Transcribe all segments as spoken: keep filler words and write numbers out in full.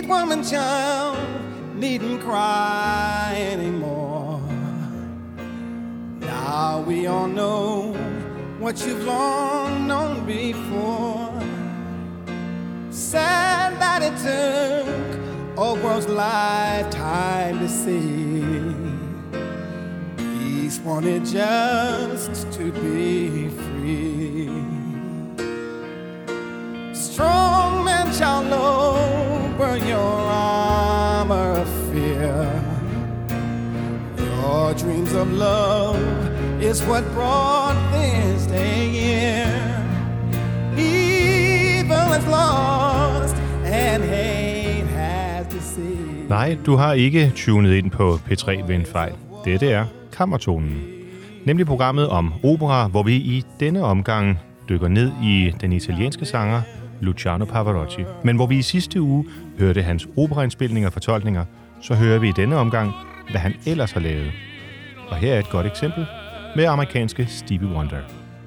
Sweet woman child, needn't cry anymore. Now we all know what you've long known before. Sad that it took a world's lifetime to see. Peace wanted just to be free. Strong men shall lower your armor of fear. Your dreams of love is what brought this day here. Evil is lost and hate has deceived. Nej, du har ikke tunet ind på P tre ved en fejl. Dette er Kammertonen. Nemlig programmet om opera, hvor vi i denne omgang dykker ned i den italienske sanger Luciano Pavarotti. Men hvor vi i sidste uge hørte hans operaindspilninger og fortolkninger, så hører vi i denne omgang, hvad han ellers har lavet. Og her er et godt eksempel med amerikanske Stevie Wonder.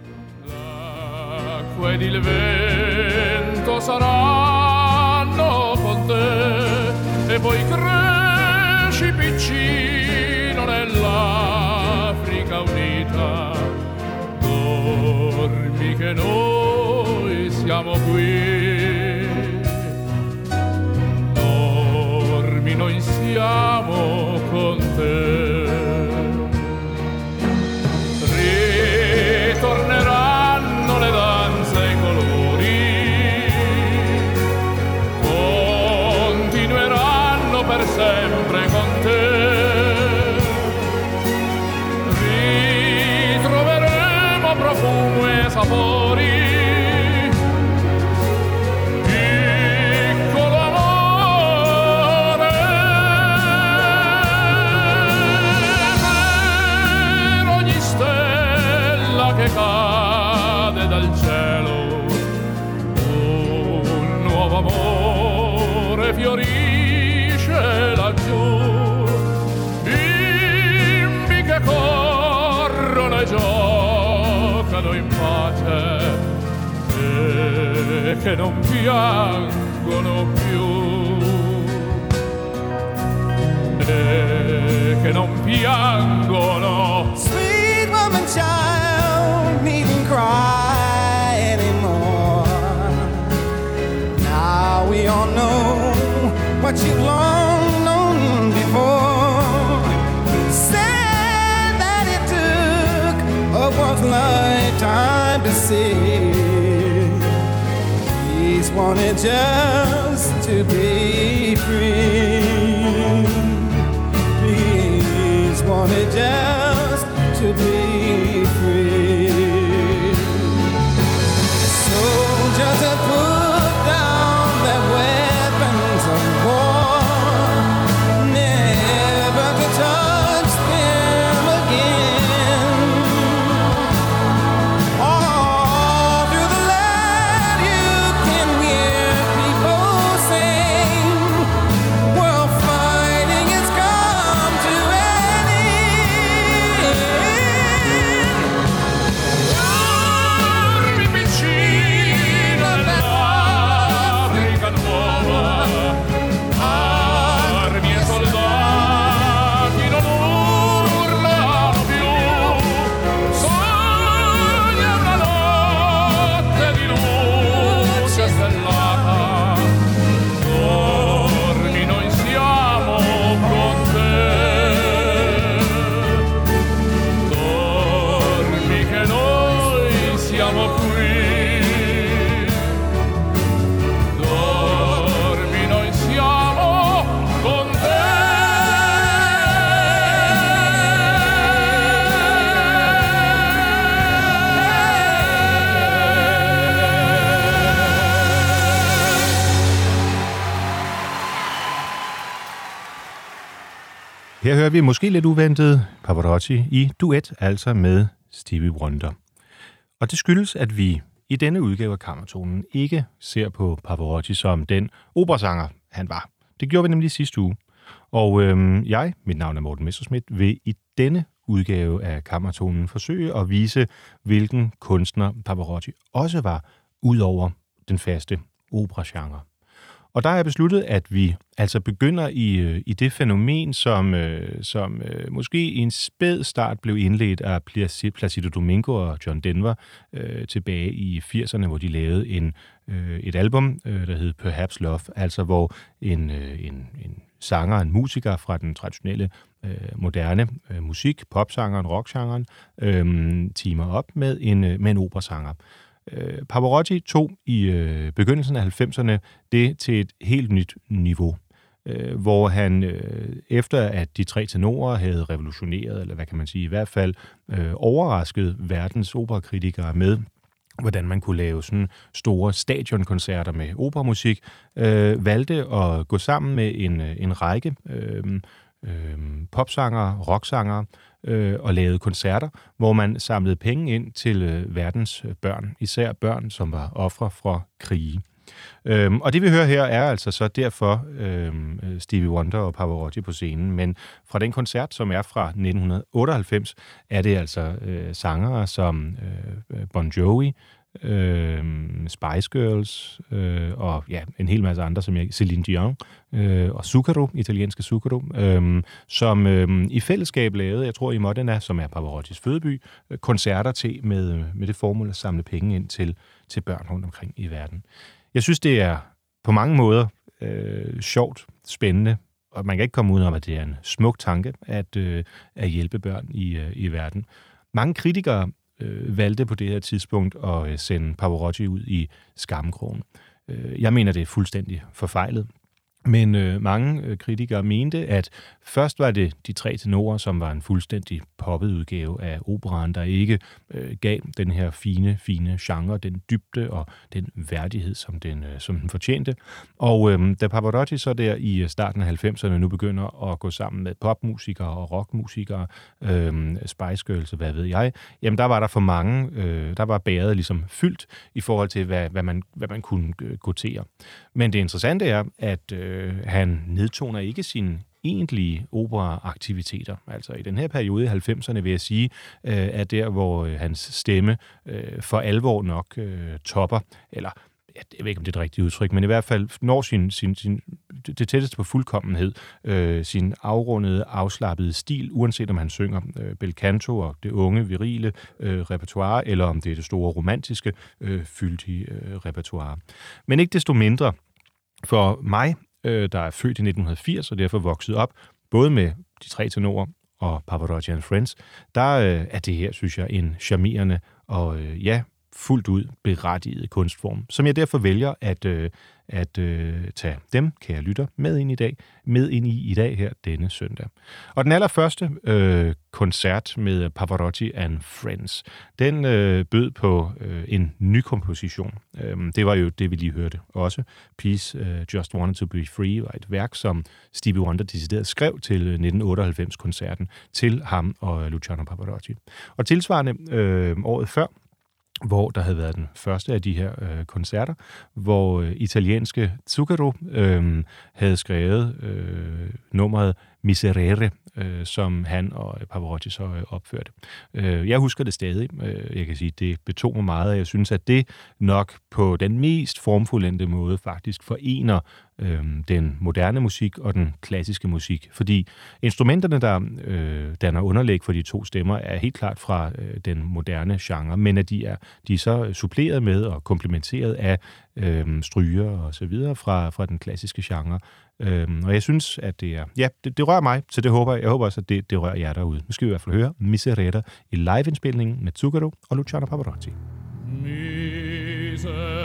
Il vento saranno con te e poi cresci piccino nell'Africa unita. Dormi che noi siamo qui. Dormi, noi siamo con te. Ritorneranno le danze e i colori, continueranno per sempre con te. Ritroveremo profumo e sapori. Cade dal cielo un nuovo amore fiorisce laggiù. Bimbi che corrono e giocano in pace e che non piangono più, e che non piangono. Sweet woman child, needn't cry anymore. Now we all know what you've long known before. Sad that it took a world's lifetime to see. He's wanted just to be free. He's wanted just to be free. Soldiers have put down their weapons of war, never to touch them again. All through the land you can hear people sing, world fighting has come to an end. Dormi piccino nell'Africa nuova, armi e soldati non urlano più. Sogna una notte di luce stellata. Dormi, noi siamo con te. Dormi che noi siamo qui. Dormi, noi siamo con te. Her hører vi måske lidt uventet Pavarotti i duet, altså med Stevie Wonder. Og det skyldes, at vi i denne udgave af Kammertonen ikke ser på Pavarotti som den operasanger, han var. Det gjorde vi nemlig sidste uge. Og øhm, jeg, mit navn er Morten Messerschmidt, vil i denne udgave af Kammertonen forsøge at vise, hvilken kunstner Pavarotti også var, ud over den faste operagenre. Og Og der har jeg besluttet, at vi altså begynder i, i det fænomen, som, øh, som øh, måske i en spæd start blev indledt af Placido Domingo og John Denver øh, tilbage i firserne, hvor de lavede en, øh, et album, øh, der hed Perhaps Love, altså hvor en, øh, en, en sanger, en musiker fra den traditionelle øh, moderne øh, musik, popsangeren, rockgenren, øh, teamer op med en, øh, med en operasanger. Øh, Pavarotti tog i øh, begyndelsen af halvfemserne det til et helt nyt niveau, øh, hvor han øh, efter at de tre tenorer havde revolutioneret, eller hvad kan man sige, i hvert fald øh, overrasket verdens operakritikere med, hvordan man kunne lave sådan store stadionkoncerter med operamusik, øh, valgte at gå sammen med en, en række øh, øh, popsangere, rocksangere, øh, og lavede koncerter, hvor man samlede penge ind til øh, verdens børn, især børn, som var ofre for krige. Øhm, og det vi hører her er altså så derfor øhm, Stevie Wonder og Pavarotti på scenen, men fra den koncert, som er fra nitten otteoghalvfems, er det altså øh, sangere som øh, Bon Jovi, øh, Spice Girls øh, og ja, en hel masse andre, som jeg, Celine Dion øh, og Zucchero, italienske Zucchero, øh, som øh, i fællesskab lavede, jeg tror i Modena, som er Pavarottis fødeby, øh, koncerter til med, med det formål at samle penge ind til, til børn rundt omkring i verden. Jeg synes, det er på mange måder øh, sjovt, spændende, og man kan ikke komme udenom, at det er en smuk tanke at, øh, at hjælpe børn i, øh, i verden. Mange kritikere øh, valgte på det her tidspunkt at øh, sende Pavarotti ud i skammekrogen. Øh, jeg mener, det er fuldstændig forfejlet. Men øh, mange øh, kritikere mente, at først var det de tre tenorer, som var en fuldstændig poppet udgave af operaen, der ikke øh, gav den her fine, fine genre, den dybde og den værdighed, som den, øh, som den fortjente. Og øh, da Pavarotti så der i starten af halvfemserne nu begynder at gå sammen med popmusikere og rockmusikere, øh, Spice Girls og hvad ved jeg, jamen der var der for mange, øh, der var bæret ligesom fyldt i forhold til, hvad, hvad, man, hvad man kunne øh, quotere. Men det interessante er, at øh, han nedtoner ikke sine egentlige operaaktiviteter. Altså i den her periode i halvfemserne vil jeg sige, øh, er der, hvor øh, hans stemme øh, for alvor nok øh, topper, eller jeg ved ikke, om det er et rigtigt udtryk, men i hvert fald når sin, sin, sin, det tætteste på fuldkommenhed, øh, sin afrundede, afslappede stil, uanset om han synger øh, bel canto og det unge, virile øh, repertoire, eller om det er det store romantiske, øh, fyldige øh, repertoire. Men ikke desto mindre, for mig, øh, der er født i nitten firs og derfor vokset op, både med de tre tenorer og Pavarotti and Friends, der øh, er det her, synes jeg, en charmerende og øh, ja, fuldt ud berettiget kunstform, som jeg derfor vælger at, øh, at øh, tage dem, kære lytter, med ind i dag, med ind i i dag her denne søndag. Og den allerførste øh, koncert med Pavarotti and Friends, den øh, bød på øh, en ny komposition. Øh, det var jo det, vi lige hørte også. Peace, uh, Just Wanted to Be Free var et værk, som Stevie Wonder decideret skrev til nitten otteoghalvfems-koncerten til ham og Luciano Pavarotti. Og tilsvarende øh, året før, hvor der havde været den første af de her øh, koncerter, hvor øh, italienske Zucchero øh, havde skrevet øh, nummeret Miserere, øh, som han og Pavarotti så øh, opførte. Øh, jeg husker det stadig. Øh, jeg kan sige, det betog mig meget, og jeg synes, at det nok på den mest formfuldendte måde faktisk forener øh, den moderne musik og den klassiske musik. Fordi instrumenterne, der øh, danner underlæg for de to stemmer, er helt klart fra øh, den moderne genre, men at de er, de er så suppleret med og komplementeret af øh, stryger og så videre fra, fra den klassiske genre. Øhm, og jeg synes, at det er, ja, det, det rører mig, så det håber jeg, jeg håber også, at det, det rører jer derude. Nu skal vi i hvert fald høre Miserere i live-indspilningen med Zucchero og Luciano Pavarotti. Miserere.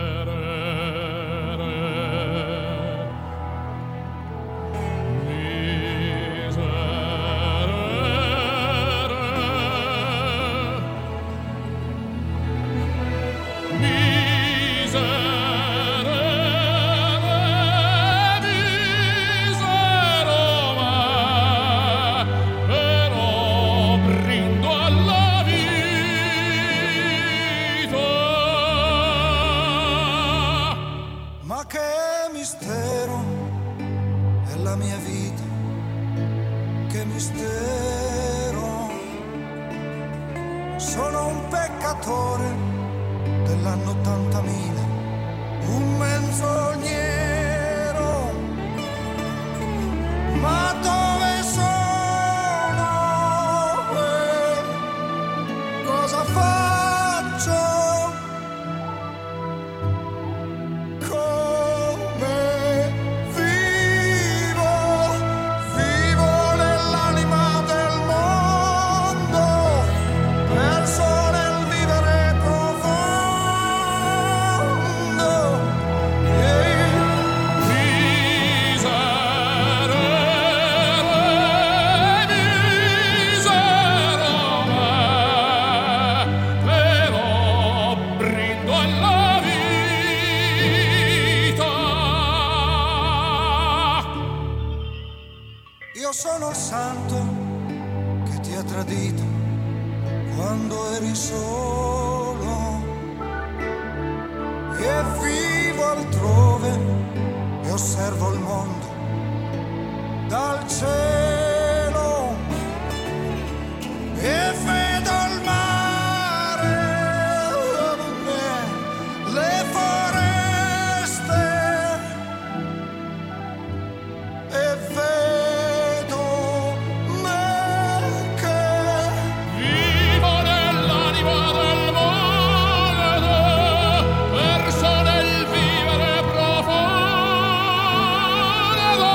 Sono un peccatore dell'anno ottantamila, un menzognere solo e vivo altrove e osservo il mondo dal cielo e vedo il mare, le foreste e vedo me che Vivo nell'anima del mondo, perso nel vivere profondo.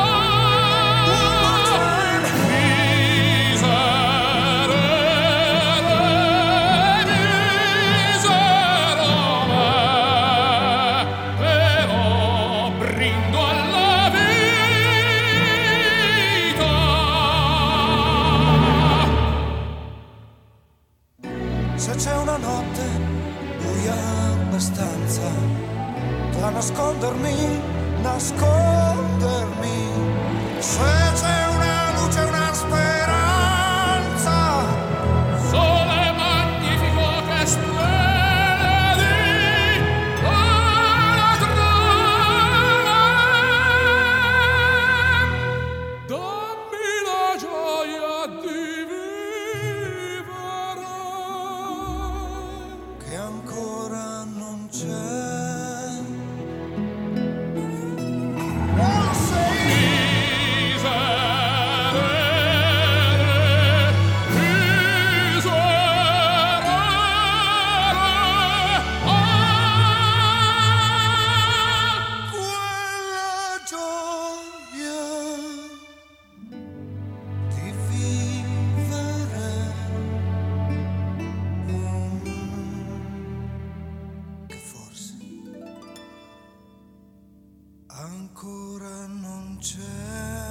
Se c'è una notte buia abbastanza da nascondermi, nascondermi. Se c'è una luce, una speranza, Sole magnifico che splendi alla trama. Dammi la gioia di vivere che ancora non c'è. Oh, sei quella gioia di vivere, mm, che forse ancora non c'è.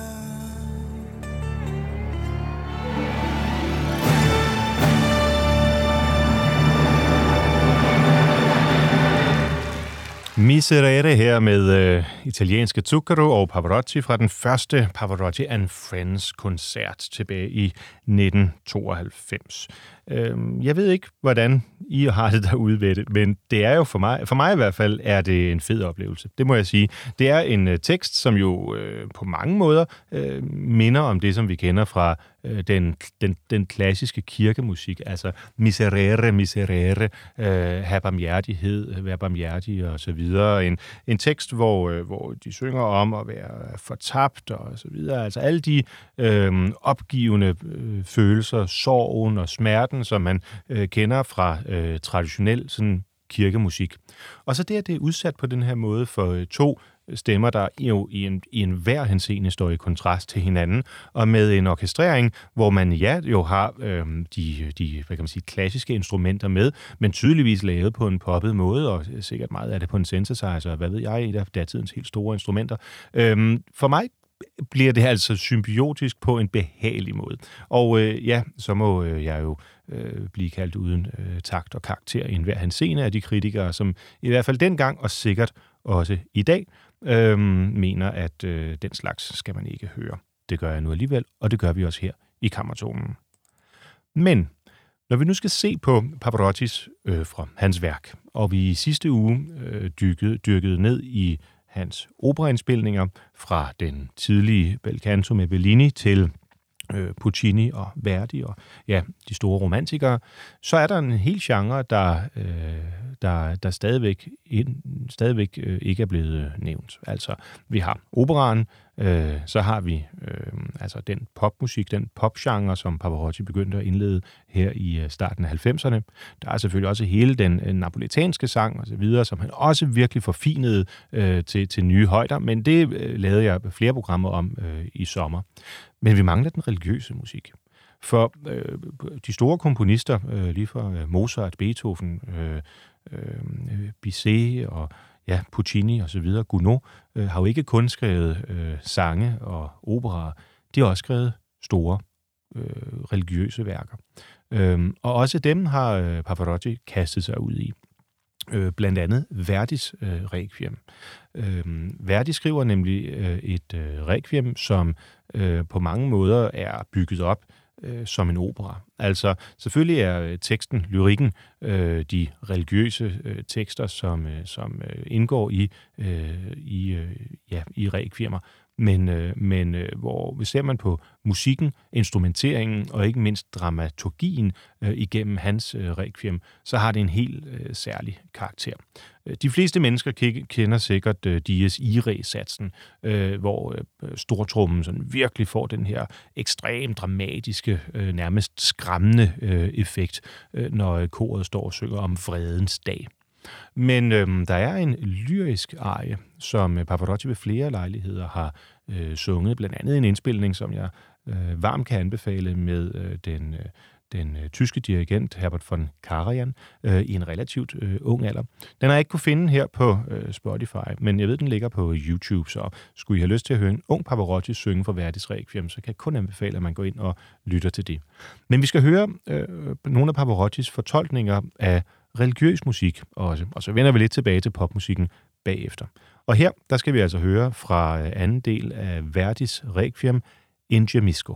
Miserere her med øh, italienske Zucchero og Pavarotti fra den første Pavarotti and Friends-koncert tilbage i nitten tooghalvfems. Øhm, jeg ved ikke, hvordan I har det derude ved det, men det er jo for mig, for mig i hvert fald, er det en fed oplevelse. Det må jeg sige. Det er en øh, tekst, som jo øh, på mange måder øh, minder om det, som vi kender fra øh, den, den, den klassiske kirkemusik. Altså miserere, miserere, øh, have barmhjertighed, være barmhjertig og så videre. En, en tekst, hvor, øh, hvor de synger om at være fortabt og så videre. Altså alle de øh, opgivende øh, følelser, sorgen og smerten, som man øh, kender fra øh, traditionel sådan, kirkemusik. Og så det, at det er udsat på den her måde for øh, to stemmer, der jo i en, i en hver henseende står i kontrast til hinanden, og med en orkestrering, hvor man ja jo har øh, de, de hvad kan man sige, klassiske instrumenter med, men tydeligvis lavet på en poppet måde, og sikkert meget af det på en synthesizer, hvad ved jeg, et af datidens helt store instrumenter. Øh, for mig bliver det altså symbiotisk på en behagelig måde. Og øh, ja, så må øh, jeg jo øh, blive kaldt uden øh, takt og karakter i enhver henseende af de kritikere, som i hvert fald dengang, og sikkert også i dag, øh, mener, at øh, den slags skal man ikke høre. Det gør jeg nu alligevel, og det gør vi også her i Kammertonen. Men når vi nu skal se på Pavarottis øh, fra hans værk, og vi i sidste uge øh, dyrkede, dyrkede ned i hans operaindspilninger fra den tidlige bel canto med Bellini til øh, Puccini og Verdi og ja, de store romantikere, så er der en hel genre, der, øh, der, der stadigvæk, ind, stadigvæk øh, ikke er blevet nævnt. Altså, vi har operaen, øh, så har vi øh, altså den popmusik, den popgenre, som Pavarotti begyndte at indlede her i starten af halvfemserne. Der er selvfølgelig også hele den øh, napolitanske sang og så videre, som han også virkelig forfinede øh, til, til nye højder, men det øh, lavede jeg flere programmer om øh, i sommer. Men vi mangler den religiøse musik. For øh, de store komponister, øh, lige fra øh, Mozart, Beethoven, øh, øh, Bizet og ja, Puccini og så videre, Gounod, øh, har jo ikke kun skrevet øh, sange og operaer, de har også skrevet store øh, religiøse værker. Øh, og også dem har øh, Pavarotti kastet sig ud i. Øh, blandt andet Verdis øh, Requiem. Øh, Verdi skriver nemlig øh, et øh, requiem, som øh, på mange måder er bygget op øh, som en opera. Altså, selvfølgelig er øh, teksten, lyrikken, øh, de religiøse øh, tekster, som, øh, som øh, indgår i, øh, i, øh, ja, i requiemer, men, øh, men øh, hvor hvis ser man på musikken, instrumenteringen og ikke mindst dramaturgien øh, igennem hans øh, requiem, så har det en helt øh, særlig karakter. De fleste mennesker kender sikkert øh, Dies Irae-satsen, øh, hvor øh, stortrummen sådan virkelig får den her ekstremt dramatiske, øh, nærmest skræmmende øh, effekt, øh, når koret står og synger om fredens dag. Men øh, der er en lyrisk arie, som Pavarotti ved flere lejligheder har øh, sunget, blandt andet en indspilning, som jeg øh, varmt kan anbefale med øh, den, øh, den øh, tyske dirigent Herbert von Karajan øh, i en relativt øh, ung alder. Den har jeg ikke kunne finde her på øh, Spotify, men jeg ved, den ligger på YouTube, så skulle I have lyst til at høre en ung Pavarotti synge for Verdis Requiem, så kan jeg kun anbefale, at man går ind og lytter til det. Men vi skal høre øh, nogle af Pavarottis fortolkninger af religiøs musik også, og så vender vi lidt tilbage til popmusikken bagefter. Og her, der skal vi altså høre fra anden del af Verdis Requiem, Ingemisco.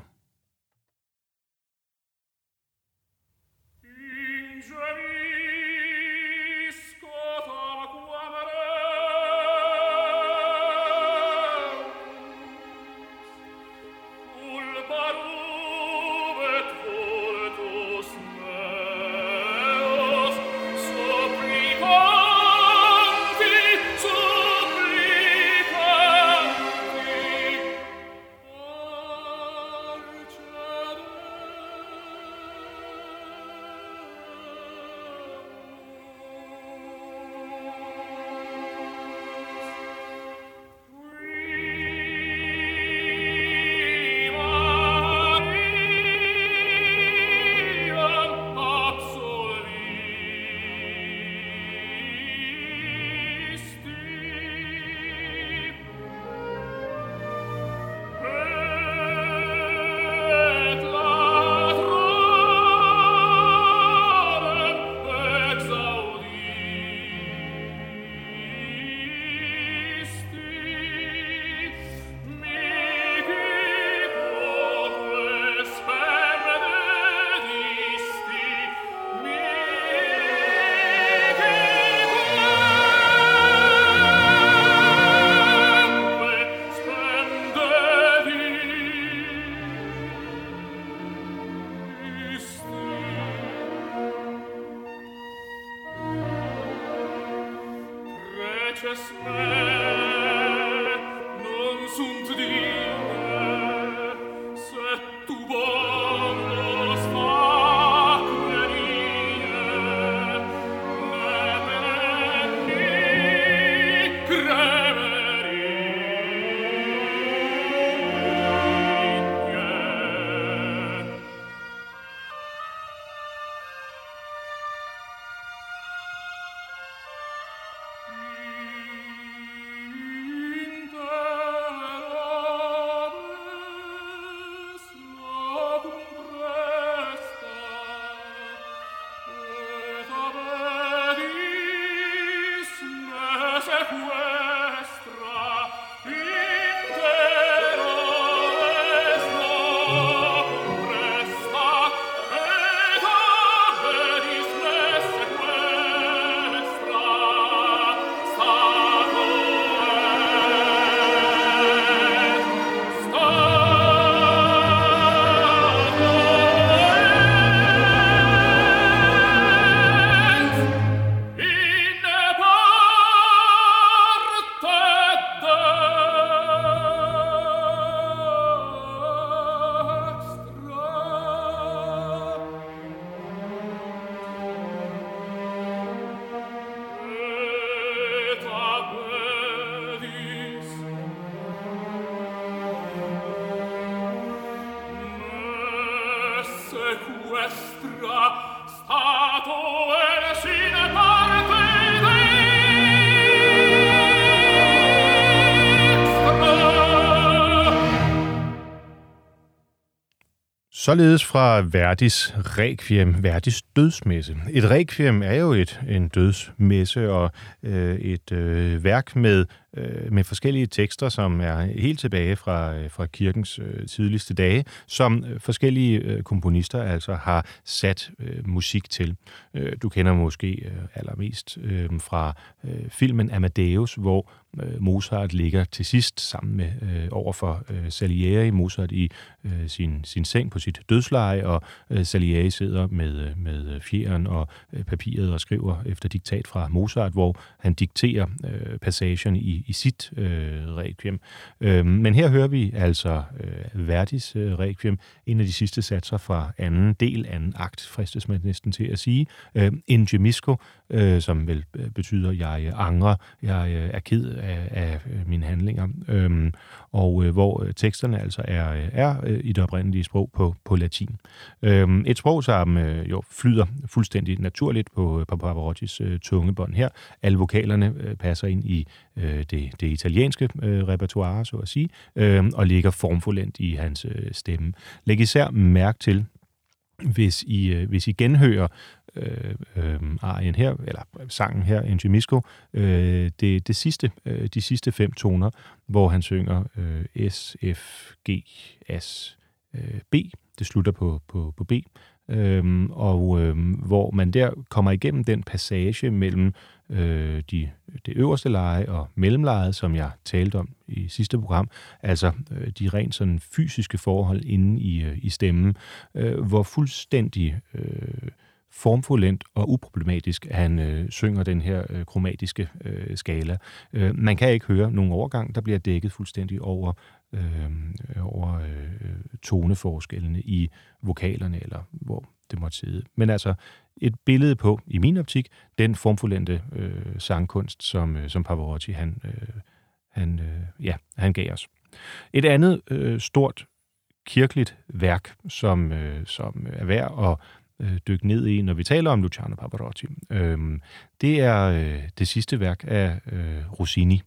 Således fra Verdis Requiem, Verdis dødsmesse. Et requiem er jo et, en dødsmesse og øh, et øh, værk med øh, med forskellige tekster, som er helt tilbage fra, øh, fra kirkens øh, tidligste dage, som øh, forskellige øh, komponister altså har sat øh, musik til. Øh, du kender måske øh, allermest øh, fra øh, filmen Amadeus, hvor øh, Mozart ligger til sidst sammen med øh, overfor øh, Salieri, Mozart i øh, sin, sin seng på sit dødsleje, og øh, Salieri sidder med, med fjeren og øh, papiret og skriver efter diktat fra Mozart, hvor han dikterer øh, passagen i, i sit øh, requiem. Øh, men her hører vi altså øh, Verdis øh, requiem, en af de sidste satser fra anden del, anden akt, fristes man næsten til at sige, øh, Ingemisco, øh, som vel betyder, jeg angrer, jeg øh, er ked af, af mine handlinger, øh, og øh, hvor teksterne altså er, er øh, i det oprindelige sprog på, på latin. Øh, et sprog, som øh, jo flyder fuldstændig naturligt på, på Pavarottis øh, tungebånd her. Alle vokalerne øh, passer ind i øh, det, det italienske øh, repertoire, så at sige, øh, og ligger formfuldendt i hans øh, stemme. Læg især mærke til, hvis I, øh, hvis I genhører øh, øh, arien her, eller sangen her, Ingemisco, øh, det, det sidste, øh, de sidste fem toner, hvor han synger øh, S, F, G, S, øh, B. Det slutter på, på, på B. Øhm, og øhm, hvor man der kommer igennem den passage mellem øh, de, det øverste leje og mellemlejet, som jeg talte om i sidste program, altså øh, de rent sådan fysiske forhold inde i, øh, i stemmen, øh, hvor fuldstændig øh, formfuldendt og uproblematisk han øh, synger den her øh, kromatiske øh, skala. Øh, man kan ikke høre nogen overgang, der bliver dækket fuldstændig over Øh, over øh, toneforskellene i vokalerne, eller hvor det måtte sidde. Men altså et billede på, i min optik, den formfuldendte øh, sangkunst, som, øh, som Pavarotti han, øh, han, øh, ja, han gav os. Et andet øh, stort kirkeligt værk, som, øh, som er værd at øh, dykke ned i, når vi taler om Luciano Pavarotti, øh, det er øh, det sidste værk af øh, Rossini.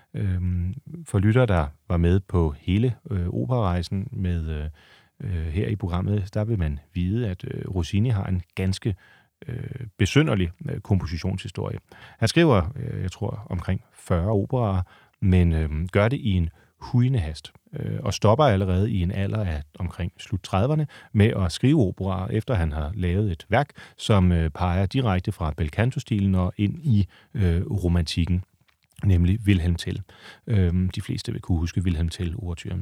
For lyttere, der var med på hele øh, operarejsen med øh, her i programmet, der vil man vide, at øh, Rossini har en ganske øh, besynderlig øh, kompositionshistorie. Han skriver, øh, jeg tror, omkring fyrre operaer, men øh, gør det i en hujende hast, øh, og stopper allerede i en alder af omkring slut trediverne med at skrive operaer, efter han har lavet et værk, som øh, peger direkte fra bel canto-stilen og ind i øh, romantikken, nemlig Wilhelm Tell. Øhm, de fleste vil kunne huske Wilhelm Tell-overturen.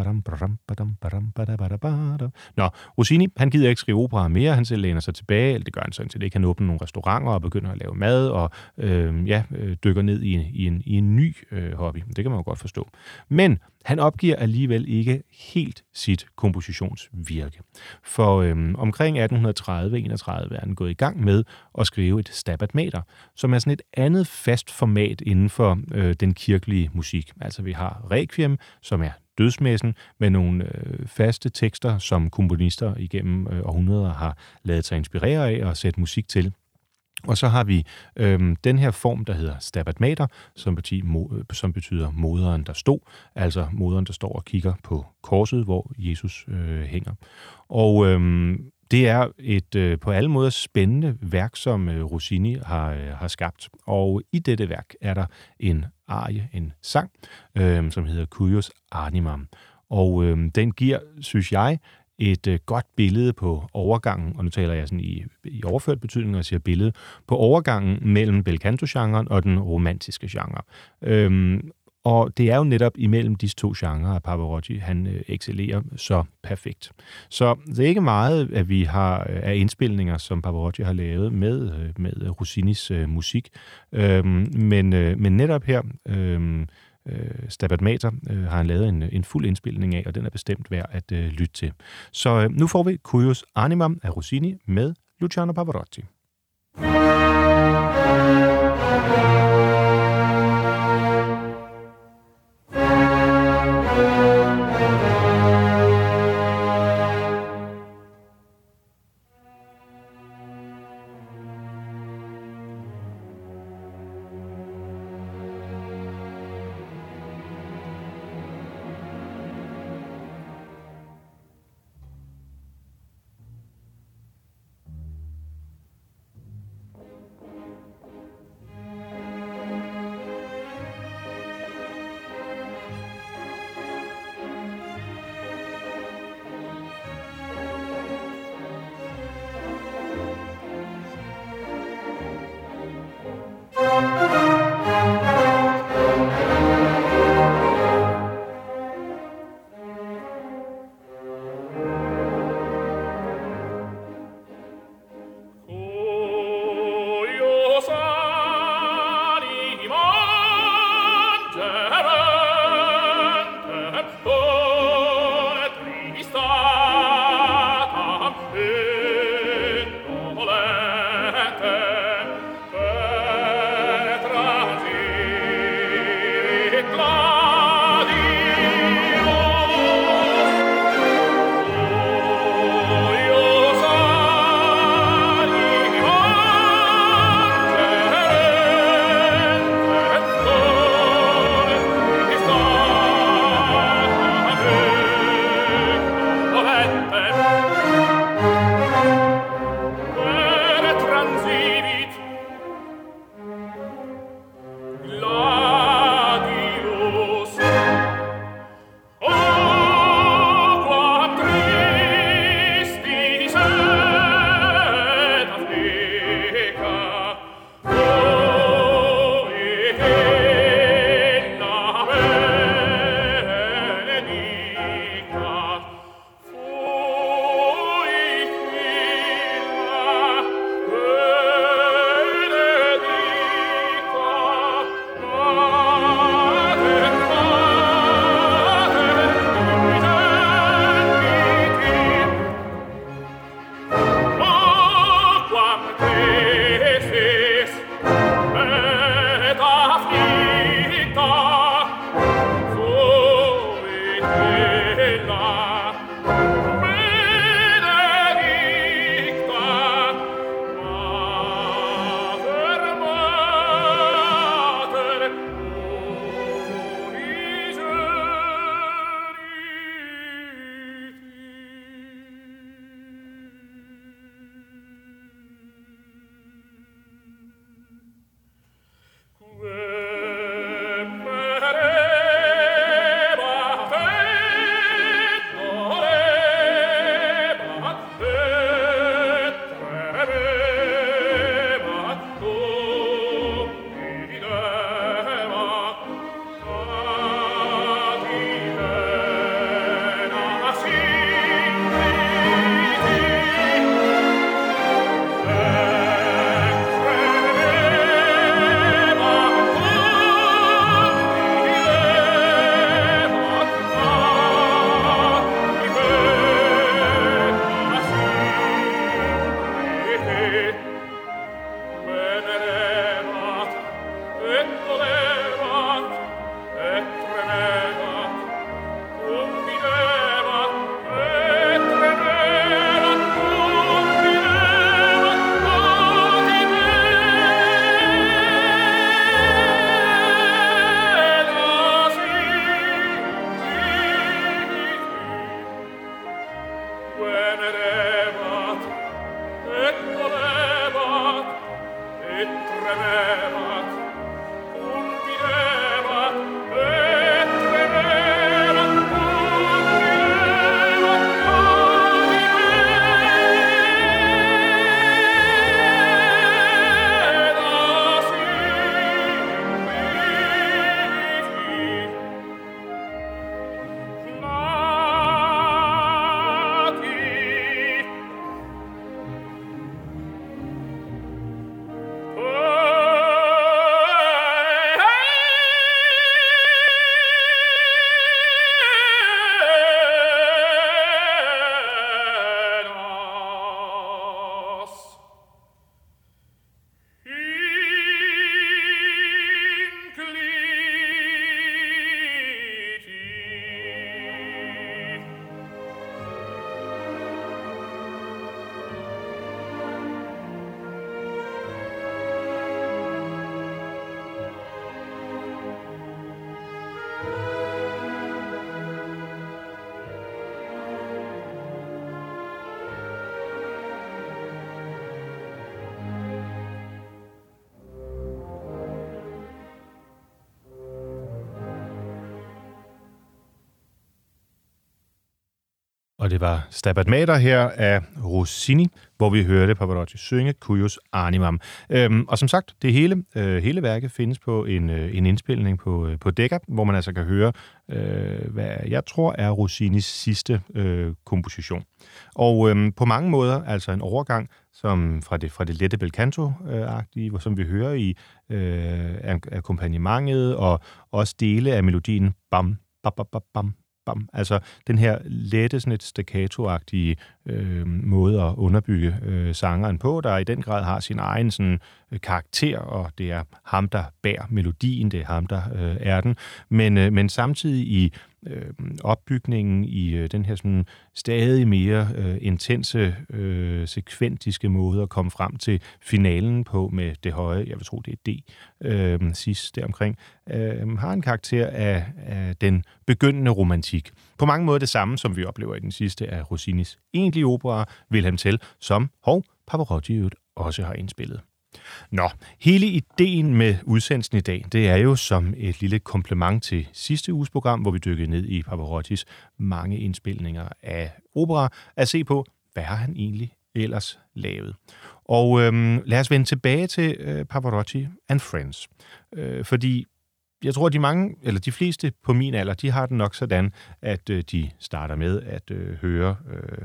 Nå, Rossini, han gider ikke skrive opera mere, han selv læner sig tilbage, eller det gør han sådan set ikke, han åbner nogle restauranter og begynder at lave mad, og øhm, ja, dykker ned i, i, en, i en ny øh, hobby. Det kan man jo godt forstå. Men han opgiver alligevel ikke helt sit kompositionsvirke. For øhm, omkring atten tredive til enogtredive er han gået i gang med at skrive et Stabat Mater, som er sådan et andet fast format inden for øh, den kirkelige musik. Altså vi har Requiem, som er dødsmessen, med nogle øh, faste tekster, som komponister igennem øh, århundreder har lavet sig inspirere af og sætte musik til. Og så har vi øhm, den her form, der hedder Stabat Mater, som, betyder, mo- som betyder moderen, der stod. Altså moderen, der står og kigger på korset, hvor Jesus øh, hænger. Og øhm, det er et øh, på alle måder spændende værk, som øh, Rossini har, øh, har skabt. Og i dette værk er der en arie, en sang, øh, som hedder Cuius Animam. Og øh, den giver, synes jeg, et øh, godt billede på overgangen, og nu taler jeg sådan i, i overført betydning, og siger billede, på overgangen mellem bel canto-genren og den romantiske genre. Øhm, og det er jo netop imellem disse to genrer, at Pavarotti han øh, excellerer så perfekt. Så det er ikke meget, at vi har af indspilninger, som Pavarotti har lavet med, øh, med Rossinis øh, musik, øhm, men, øh, men netop her øh, Stabat Mater øh, har han lavet en, en fuld indspilning af, og den er bestemt værd at øh, lytte til. Så øh, nu får vi Cuius Animam af Rossini med Luciano Pavarotti. og det var Stabat Mater her af Rossini, hvor vi hørte Pavarotti synge Cuius Animam. Øhm, og som sagt, det hele, øh, hele værket findes på en, øh, en indspilning på, øh, på Decca, hvor man altså kan høre, øh, hvad jeg tror er Rossinis sidste øh, komposition. Og øh, på mange måder altså en overgang som fra det, fra det lette bel canto-agtige, øh, som vi hører i øh, akkompagnementet, og også dele af melodien bam, bam, bam, bam, bam. Altså den her lette, sådan et staccato-agtige øh, måde at underbygge øh, sangeren på, der i den grad har sin egen sådan, øh, karakter, og det er ham, der bærer melodien, det er ham, der øh, er den. Men, øh, men samtidig i øh, opbygningen i øh, den her sådan, stadig mere øh, intense, øh, sekventiske måde at komme frem til finalen på med det høje, jeg vil tro, det er D, øh, sidst deromkring, øh, har en karakter af, af den begyndende romantik. På mange måder det samme, som vi oplever i den sidste af Rossinis egentlige opera, Wilhelm Tell, som Hov Pavarotti også har indspillet. Nå, hele ideen med udsendelsen i dag, det er jo som et lille komplement til sidste uges program, hvor vi dykkede ned i Pavarottis mange indspilninger af opera, at se på, hvad har han egentlig ellers lavet. Og øhm, lad os vende tilbage til øh, Pavarotti and Friends, øh, fordi jeg tror, at de mange, eller de fleste på min alder, de har den nok sådan, at øh, de starter med at øh, høre øh,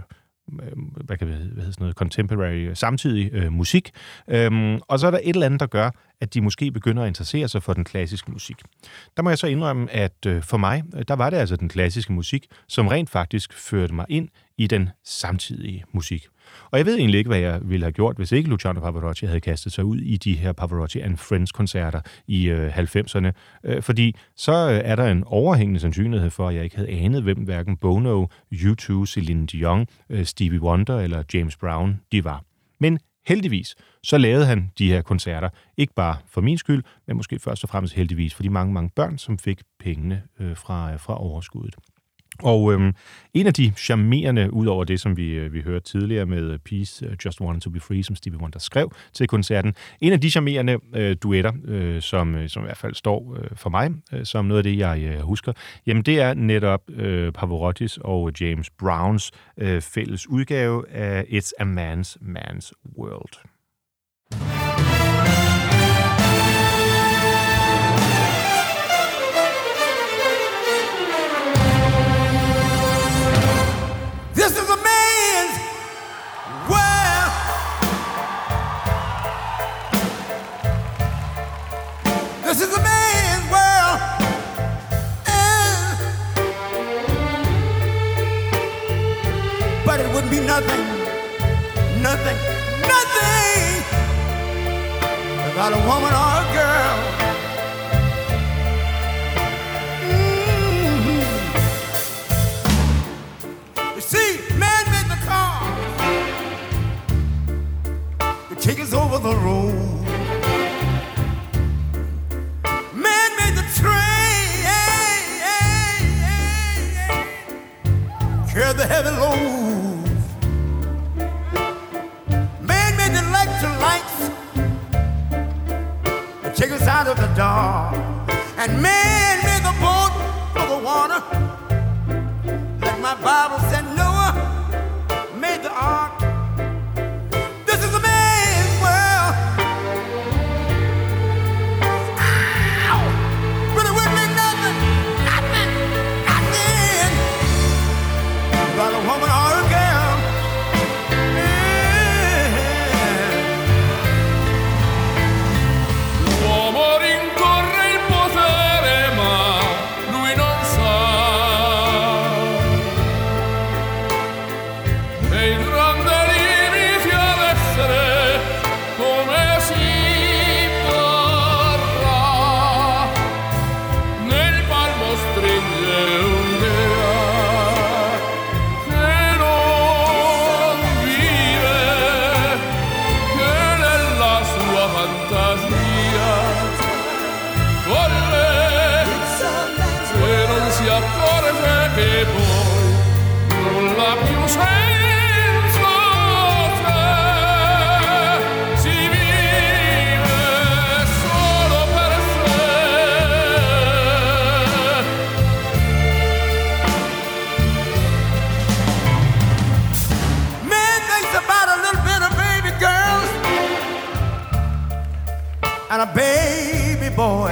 hvad kan det hvad hedder sådan noget, contemporary, samtidig øh, musik. Øhm, og så er der et eller andet, der gør, at de måske begynder at interessere sig for den klassiske musik. Der må jeg så indrømme, at øh, for mig, der var det altså den klassiske musik, som rent faktisk førte mig ind i den samtidige musik. Og jeg ved egentlig ikke, hvad jeg ville have gjort, hvis ikke Luciano Pavarotti havde kastet sig ud i de her Pavarotti and Friends-koncerter i øh, halvfemserne. Øh, fordi så øh, er der en overhængende sandsynlighed for, at jeg ikke havde anet, hvem hverken Bono, U to, Celine Dion, øh, Stevie Wonder eller James Brown de var. Men heldigvis, så lavede han de her koncerter, ikke bare for min skyld, men måske først og fremmest heldigvis for de mange, mange børn, som fik pengene øh, fra, fra overskuddet. Og øhm, en af de charmerende, ud over det, som vi, vi hørte tidligere med Peace, uh, Just Wanted to Be Free, som Stevie Wonder skrev til koncerten, en af de charmerende øh, duetter, øh, som, som i hvert fald står øh, for mig, øh, som noget af det, jeg øh, husker, jamen det er netop øh, Pavarottis og James Browns øh, fælles udgave af It's a Man's Man's World. This is a man's world. This is a man's world. Uh, but it wouldn't be nothing, nothing, nothing without a woman or a girl. Take us over the road. Man made the train, carry the heavy loads. Man made the electric lights to take us out of the dark. And man made the boat for the water, like my Bible said Noah made the ark. This is a man. Woman or a girl, l'uomo rincorre il potere ma lui non sa, e il grande limiti ad essere come si vorrà, nel palmo stringe un'idea che poi nulla più senza te si vive solo per sé. baby boy.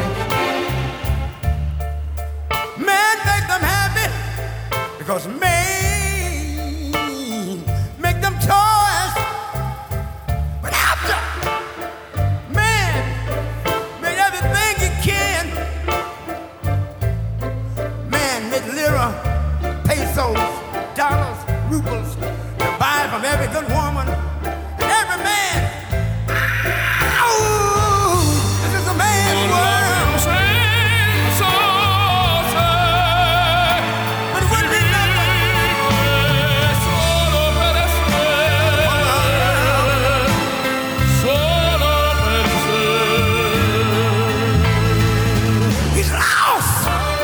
Man make them happy because man make them toys. But after man made everything he can, man make lira, pesos, dollars, rubles to buy from every good woman and every man. Oh, this is a man's world. But it wouldn't be nothing. He's lost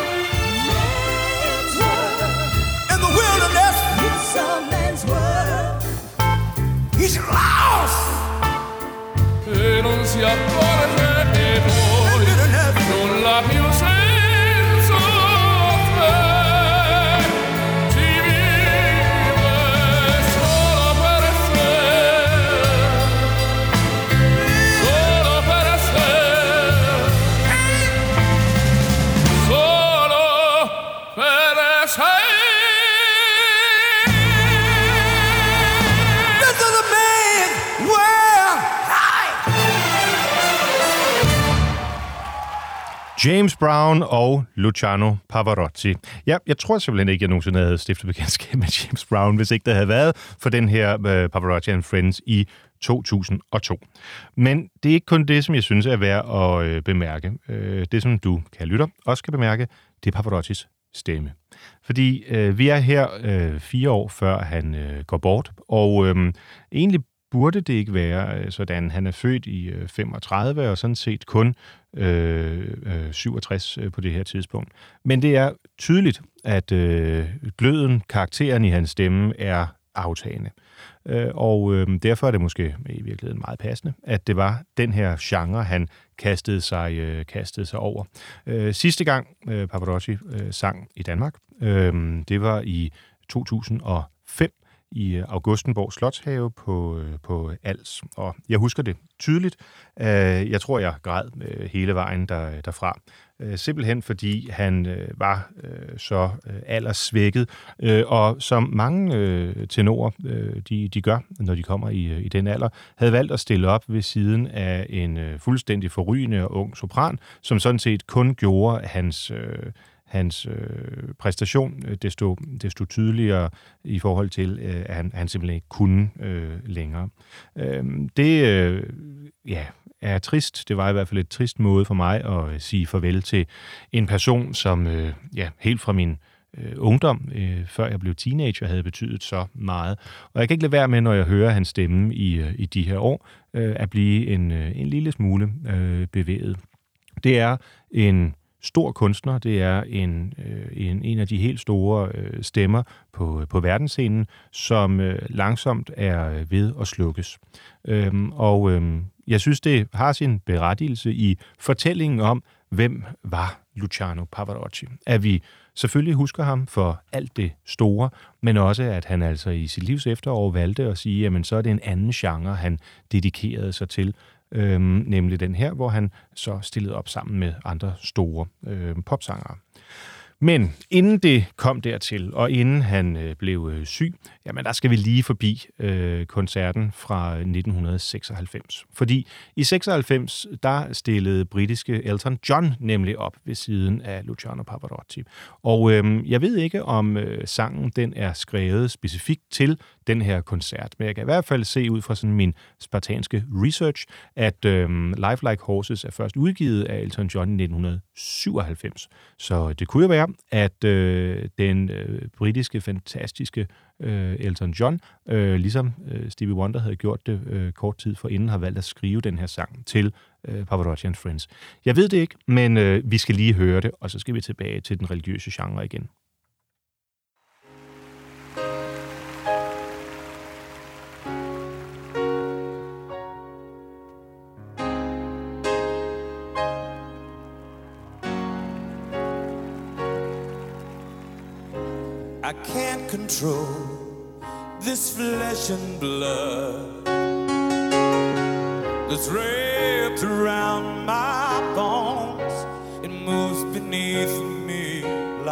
in the wilderness. It's a man's world. He's lost. E non si accorge che poi non l'ha più senso te. Ci vive solo per sé, solo per sé, solo per sé. This is a man's world. James Brown og Luciano Pavarotti. Ja, jeg tror simpelthen ikke, jeg nogensinde havde stiftet bekendtskab med James Brown, hvis ikke det havde været for den her uh, Pavarotti and Friends i to tusind og to. Men det er ikke kun det, som jeg synes er værd at øh, bemærke. Øh, det, som du, kan lytter, også kan bemærke, det er Pavarottis stemme. Fordi øh, vi er her øh, fire år før han øh, går bort, og øh, egentlig burde det ikke være øh, sådan. Han er født i øh, femogtredive og sådan set kun øh, øh, syvogtres øh, på det her tidspunkt. Men det er tydeligt, at øh, gløden, karakteren i hans stemme er aftagende. Øh, og øh, derfor er det måske i virkeligheden meget passende, at det var den her genre, han kastede sig, øh, kastede sig over. Øh, sidste gang øh, Pavarotti øh, sang i Danmark, øh, det var i to tusind og fem, i Augustenborg Slotshave på, på Als. Og jeg husker det tydeligt. Jeg tror, jeg græd hele vejen der, derfra. Simpelthen fordi han var så alderssvækket. Og som mange tenorer, de, de gør, når de kommer i, i den alder, havde valgt at stille op ved siden af en fuldstændig forrygende og ung sopran, som sådan set kun gjorde hans... hans øh, præstation desto, desto tydeligere i forhold til, øh, at han, han simpelthen ikke kunne øh, længere. Øh, det øh, ja, er trist. Det var i hvert fald et trist måde for mig at øh, sige farvel til en person, som øh, ja, helt fra min øh, ungdom, øh, før jeg blev teenager, havde betydet så meget. Og jeg kan ikke lade være med, når jeg hører hans stemme i, øh, i de her år, øh, at blive en, øh, en lille smule øh, bevæget. Det er en stor kunstner, det er en, øh, en, en af de helt store øh, stemmer på, på verdensscenen, som øh, langsomt er ved at slukkes. Øhm, og øhm, jeg synes, det har sin berettigelse i fortællingen om, hvem var Luciano Pavarotti. At vi selvfølgelig husker ham for alt det store, men også at han altså i sit livs efterår valgte at sige, jamen så er det en anden genre, han dedikerede sig til. Øhm, nemlig den her, hvor han så stillede op sammen med andre store øhm, popsangere. Men inden det kom dertil, og inden han øh, blev øh, syg, jamen der skal vi lige forbi øh, koncerten fra nitten seksoghalvfems. Fordi i seksoghalvfems, der stillede britiske Elton John nemlig op ved siden af Luciano Pavarotti. Og øh, jeg ved ikke, om øh, sangen den er skrevet specifikt til den her koncert, men jeg kan i hvert fald se ud fra sådan min spartanske research, at øh, Life Like Horses er først udgivet af Elton John i nitten syvoghalvfems. Så det kunne jo være, at øh, den øh, britiske, fantastiske øh, Elton John, øh, ligesom øh, Stevie Wonder havde gjort det øh, kort tid forinden, har valgt at skrive den her sang til øh, Pavarotti and Friends. Jeg ved det ikke, men øh, vi skal lige høre det, og så skal vi tilbage til den religiøse genre igen. I can't control this flesh and blood that's wrapped around my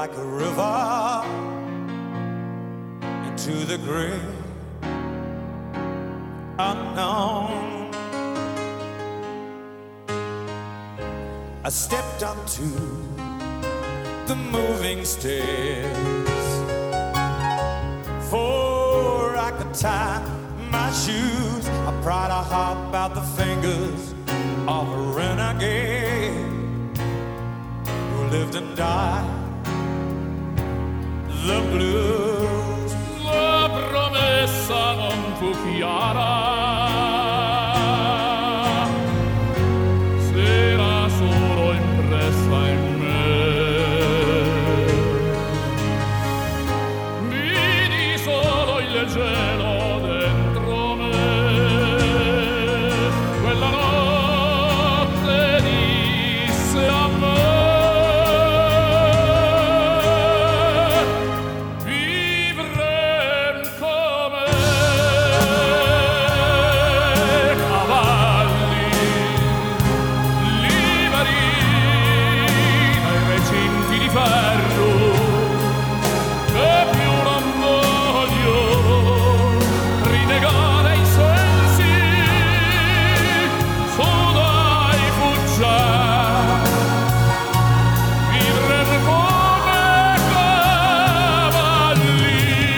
like a river into the great unknown. I stepped onto the moving stairs, for I could tie my shoes. I pried a hop out the fingers of a renegade who lived and died the blues. La promessa non fu chiara, s'era solo impressa in me. Vidi solo il gelo dentro me. Quella notte disse a me: vivrem come cavalli liberi dai recinti di ferro, che più non voglio rinnegare i sensi su dai fuggià. Vivrem come cavalli.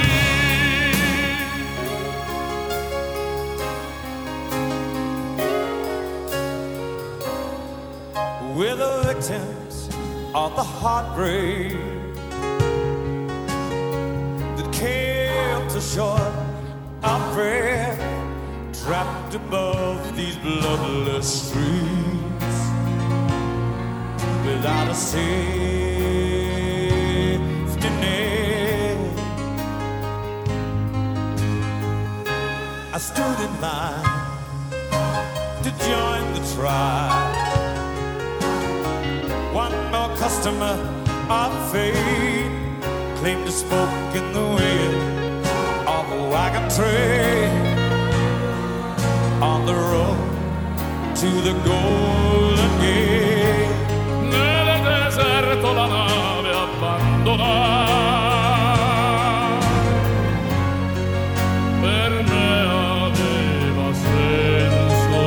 We're the victims of the heartbreak that kept us short of breath, trapped above these bloodless streets without a safety net. I stood in line to join the tribe. One more customer of fate claimed to spoke in the wind of a wagon train on the road to the Golden Gate. Nel deserto la nave abbandona, per me aveva senso.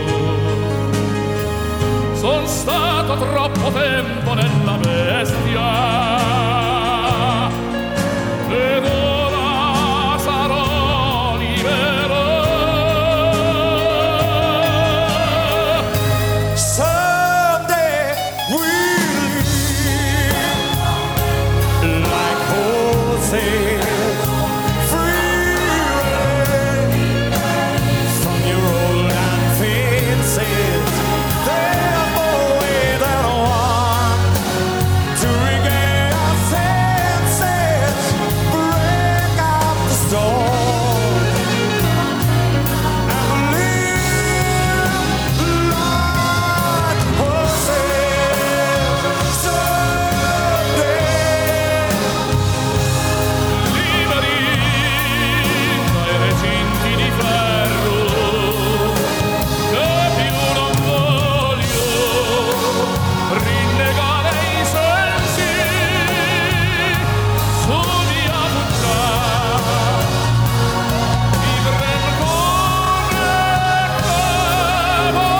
Son stato troppo tempo nella bestia ed ora sarò libero. Someday we'll live like horses, free from your old iron fences. There's no way that one to regain our senses, break out the storm and live like horses. Someday Liberi dai recinti di ferro, che più non voglio rinnegare i sensi su via Buccia. Vivrem come cavalli.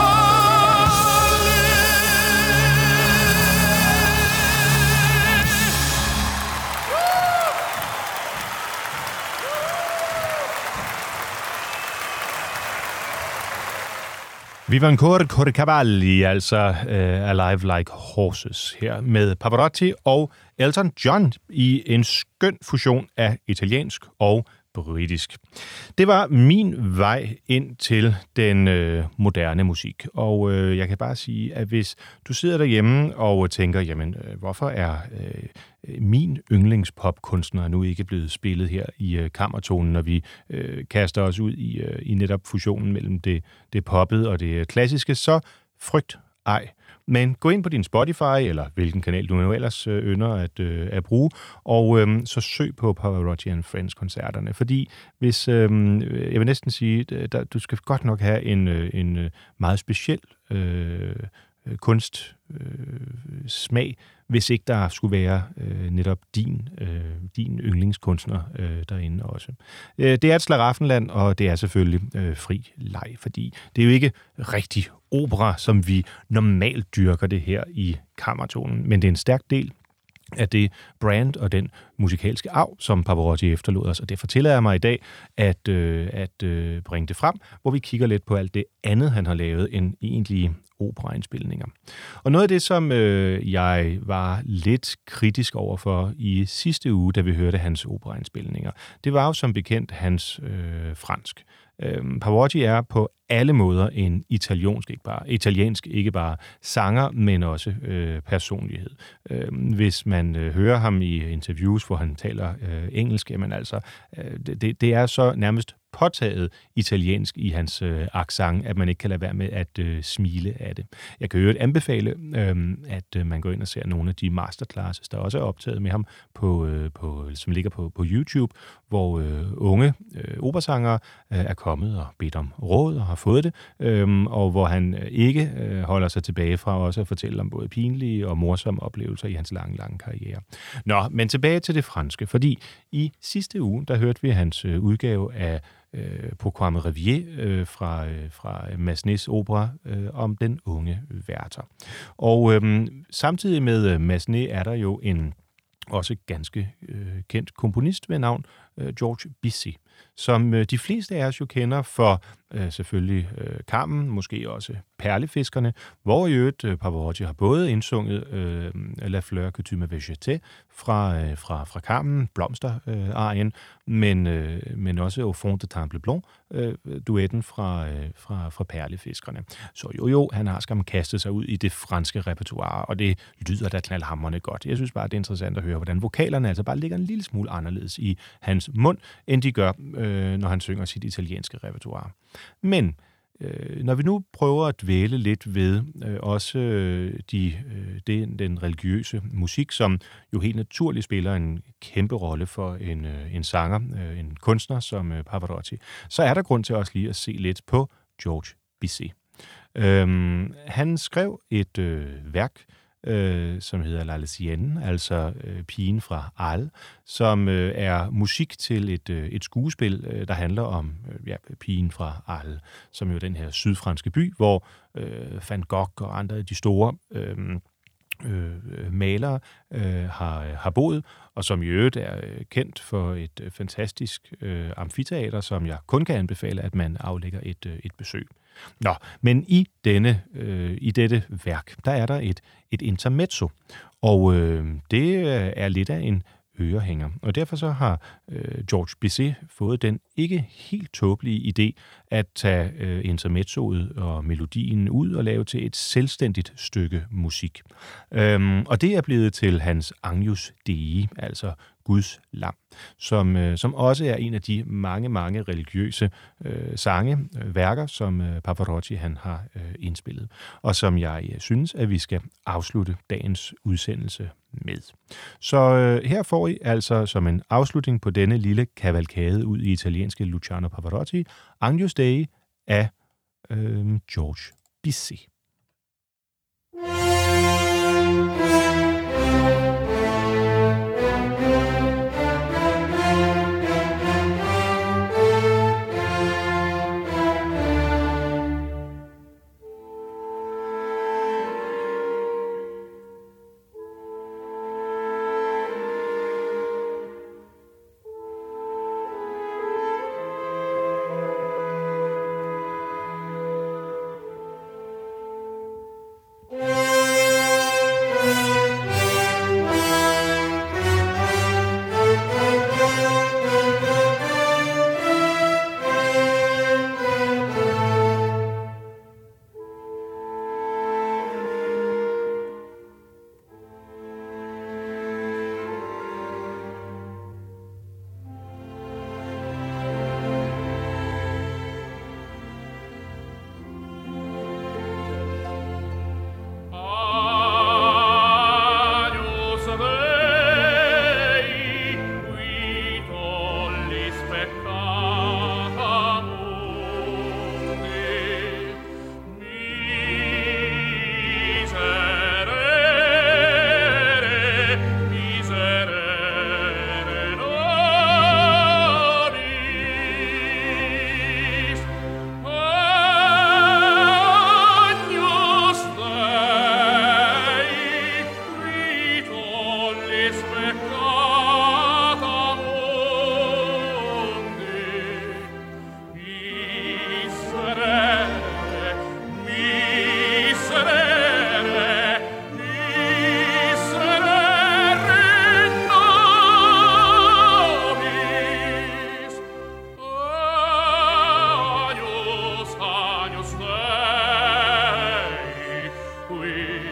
Vivancor Cavalli, altså uh, Alive Like Horses, her med Pavarotti og Elton John i en skøn fusion af italiensk og britisk. Det var min vej ind til den øh, moderne musik, og øh, jeg kan bare sige, at hvis du sidder derhjemme og tænker, jamen, øh, hvorfor er øh, min yndlingspopkunstner nu ikke blevet spillet her i øh, kammertonen, når vi øh, kaster os ud i, øh, i netop fusionen mellem det, det poppede og det klassiske, så frygt ej. Men gå ind på din Spotify, eller hvilken kanal du nu ellers øh, ynder at, øh, at bruge, og øh, så søg på Pavarotti and Friends-koncerterne. Fordi hvis, øh, jeg vil næsten sige, der, du skal godt nok have en, en meget speciel øh, øh, kunst øh, smag, hvis ikke der skulle være øh, netop din, øh, din yndlingskunstner øh, derinde også. Øh, det er et slaraffenland, og det er selvfølgelig øh, fri leg, fordi det er jo ikke rigtig opera, som vi normalt dyrker det her i Kammertonen, men det er en stærk del af det brand og den musikalske arv, som Pavarotti efterlod os, og det fortæller jeg mig i dag at, øh, at øh, bringe det frem, hvor vi kigger lidt på alt det andet, han har lavet, end egentlige operaindspilninger. Og noget af det, som øh, jeg var lidt kritisk overfor i sidste uge, da vi hørte hans operaindspilninger, det var jo som bekendt hans øh, fransk. Øh, Pavarotti er på alle måder en italiensk, ikke bare, italiensk, ikke bare sanger, men også øh, personlighed. Øh, hvis man øh, hører ham i interviews, hvor han taler øh, engelsk, jamen altså, øh, det, det er så nærmest påtaget italiensk i hans øh, accent, at man ikke kan lade være med at øh, smile af det. Jeg kan jo anbefale, øh, at øh, man går ind og ser nogle af de masterclasses, der også er optaget med ham, på, øh, på, som ligger på, på YouTube, hvor øh, unge øh, operasangere øh, er kommet og bedt om råd og har fået det, øh, og hvor han øh, ikke øh, holder sig tilbage fra også at fortælle om både pinlige og morsomme oplevelser i hans lange, lange karriere. Nå, men tilbage til det franske, fordi i sidste uge, der hørte vi hans øh, udgave af Øh, Pourquoi Revier øh, fra, øh, fra Massenets opera øh, om den unge Werther. Og øh, samtidig med øh, Massenet er der jo en også ganske øh, kendt komponist ved navn øh, Georges Bizet, som øh, de fleste af os jo kender for øh, selvfølgelig øh, Carmen, måske også Perlefiskerne, hvor i øvrigt øh, Pavarotti har både indsunget øh, La fleur que tu m'avais jetée fra, øh, fra, fra Carmen, blomsterarien, øh, men, øh, men også Au fond de Temple Blanc, øh, duetten fra, øh, fra, fra Perlefiskerne. Så jo jo, han har skam kastet sig ud i det franske repertoire, og det lyder da knaldhamrende godt. Jeg synes bare, det er interessant at høre, hvordan vokalerne altså bare ligger en lille smule anderledes i hans mund, end de gør, øh, når han synger sit italienske repertoire. Men øh, når vi nu prøver at dvæle lidt ved øh, også øh, de, øh, den, den religiøse musik, som jo helt naturligt spiller en kæmpe rolle for en, øh, en sanger, øh, en kunstner som øh, Pavarotti, så er der grund til også lige at se lidt på Georges Bizet. Øhm, han skrev et øh, værk, Øh, som hedder La Lesienne, altså øh, Pigen fra Arles, som øh, er musik til et, øh, et skuespil, øh, der handler om øh, ja, Pigen fra Arles, som jo er den her sydfranske by, hvor øh, Van Gogh og andre af de store øh, øh, malere øh, har, har boet, og som i øvrigt er øh, kendt for et øh, fantastisk øh, amfiteater, som jeg kun kan anbefale, at man aflægger et, øh, et besøg. Nå, men i denne, øh, i dette værk, der er der et, et intermezzo, og øh, det er lidt af en ørehænger. Og derfor så har øh, Georges Bizet fået den ikke helt tåbelige idé at tage øh, intermezzoet og melodien ud og lave til et selvstændigt stykke musik. Øhm, og det er blevet til hans Agnus Dei, altså Guds lam, som, øh, som også er en af de mange, mange religiøse øh, sange, øh, værker, som øh, Pavarotti han har øh, indspillet, og som jeg øh, synes, at vi skal afslutte dagens udsendelse med. Så øh, her får I altså som en afslutning på denne lille kavalkade ud i italienske Luciano Pavarotti, Agnus Dei af øh, Georges Bizet.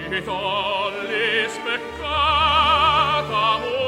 tollis peccata